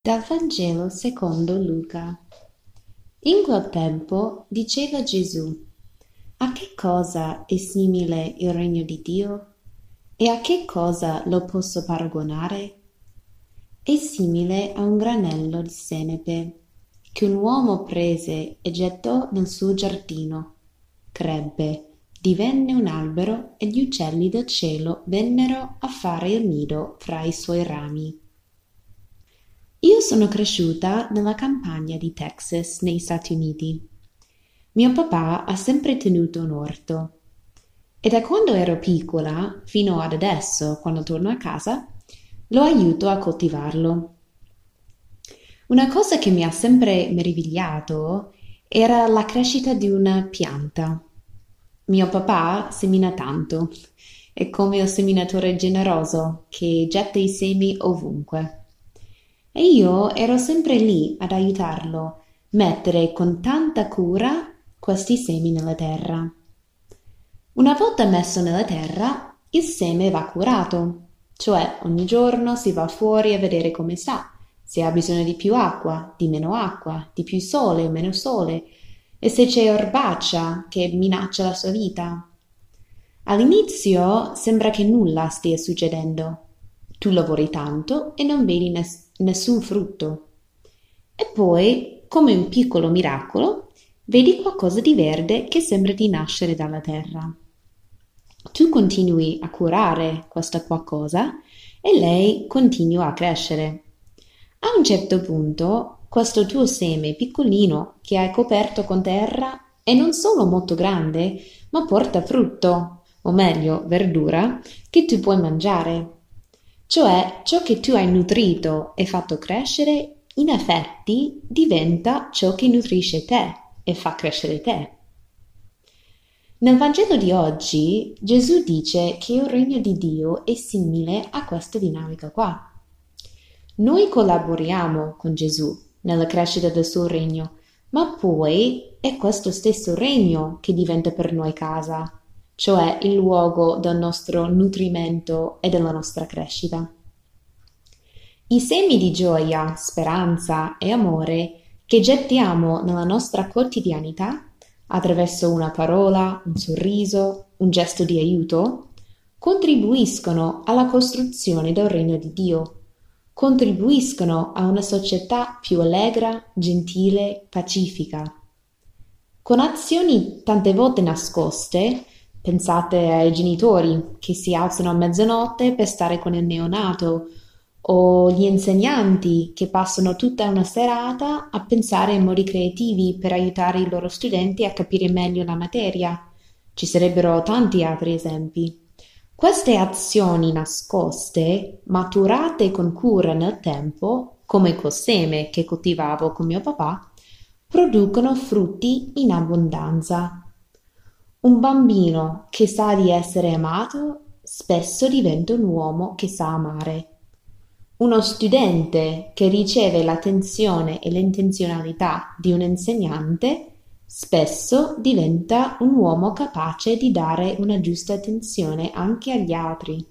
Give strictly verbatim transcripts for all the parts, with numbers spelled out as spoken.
Dal Vangelo secondo Luca. In quel tempo diceva Gesù: A che cosa è simile il regno di Dio? E a che cosa lo posso paragonare? È simile a un granello di senape che un uomo prese e gettò nel suo giardino. Crebbe, divenne un albero e gli uccelli del cielo vennero a fare il nido fra i suoi rami. Io sono cresciuta nella campagna di Texas, negli Stati Uniti. Mio papà ha sempre tenuto un orto e da quando ero piccola fino ad adesso, quando torno a casa, lo aiuto a coltivarlo. Una cosa che mi ha sempre meravigliato era la crescita di una pianta. Mio papà semina tanto, è come il seminatore generoso che getta i semi ovunque. E io ero sempre lì ad aiutarlo, mettere con tanta cura questi semi nella terra. Una volta messo nella terra, il seme va curato, cioè ogni giorno si va fuori a vedere come sta, se ha bisogno di più acqua, di meno acqua, di più sole o meno sole, e se c'è erbaccia che minaccia la sua vita. All'inizio sembra che nulla stia succedendo. Tu lavori tanto e non vedi ness- nessun frutto. E poi, come un piccolo miracolo, vedi qualcosa di verde che sembra di nascere dalla terra. Tu continui a curare questa qualcosa e lei continua a crescere. A un certo punto, questo tuo seme piccolino che hai coperto con terra è non solo molto grande, ma porta frutto, o meglio, verdura, che tu puoi mangiare. Cioè, ciò che tu hai nutrito e fatto crescere, in effetti diventa ciò che nutrisce te e fa crescere te. Nel Vangelo di oggi Gesù dice che il regno di Dio è simile a questa dinamica qua. Noi collaboriamo con Gesù nella crescita del suo regno, ma poi è questo stesso regno che diventa per noi casa, cioè il luogo del nostro nutrimento e della nostra crescita. I semi di gioia, speranza e amore che gettiamo nella nostra quotidianità attraverso una parola, un sorriso, un gesto di aiuto, contribuiscono alla costruzione del regno di Dio, contribuiscono a una società più allegra, gentile, pacifica. Con azioni tante volte nascoste, pensate ai genitori che si alzano a mezzanotte per stare con il neonato, o gli insegnanti che passano tutta una serata a pensare in modi creativi per aiutare i loro studenti a capire meglio la materia. Ci sarebbero tanti altri esempi. Queste azioni nascoste, maturate con cura nel tempo, come col seme che coltivavo con mio papà, producono frutti in abbondanza. Un bambino che sa di essere amato spesso diventa un uomo che sa amare. Uno studente che riceve l'attenzione e l'intenzionalità di un insegnante spesso diventa un uomo capace di dare una giusta attenzione anche agli altri.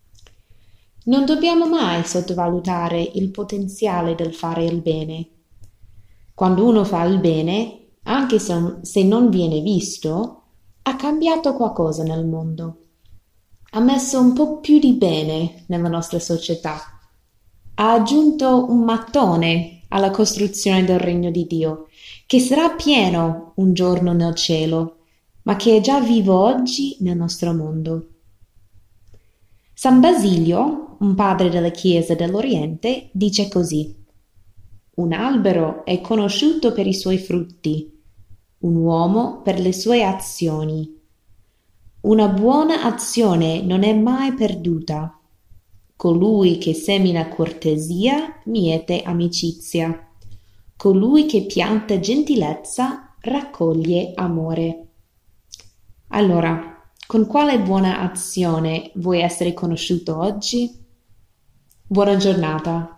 Non dobbiamo mai sottovalutare il potenziale del fare il bene. Quando uno fa il bene, anche se, se non viene visto, ha cambiato qualcosa nel mondo. Ha messo un po' più di bene nella nostra società. Ha aggiunto un mattone alla costruzione del regno di Dio, che sarà pieno un giorno nel cielo, ma che è già vivo oggi nel nostro mondo. San Basilio, un padre della Chiesa dell'Oriente, dice così: Un albero è conosciuto per i suoi frutti, un uomo per le sue azioni. Una buona azione non è mai perduta. Colui che semina cortesia miete amicizia. Colui che pianta gentilezza raccoglie amore. Allora, con quale buona azione vuoi essere conosciuto oggi? Buona giornata.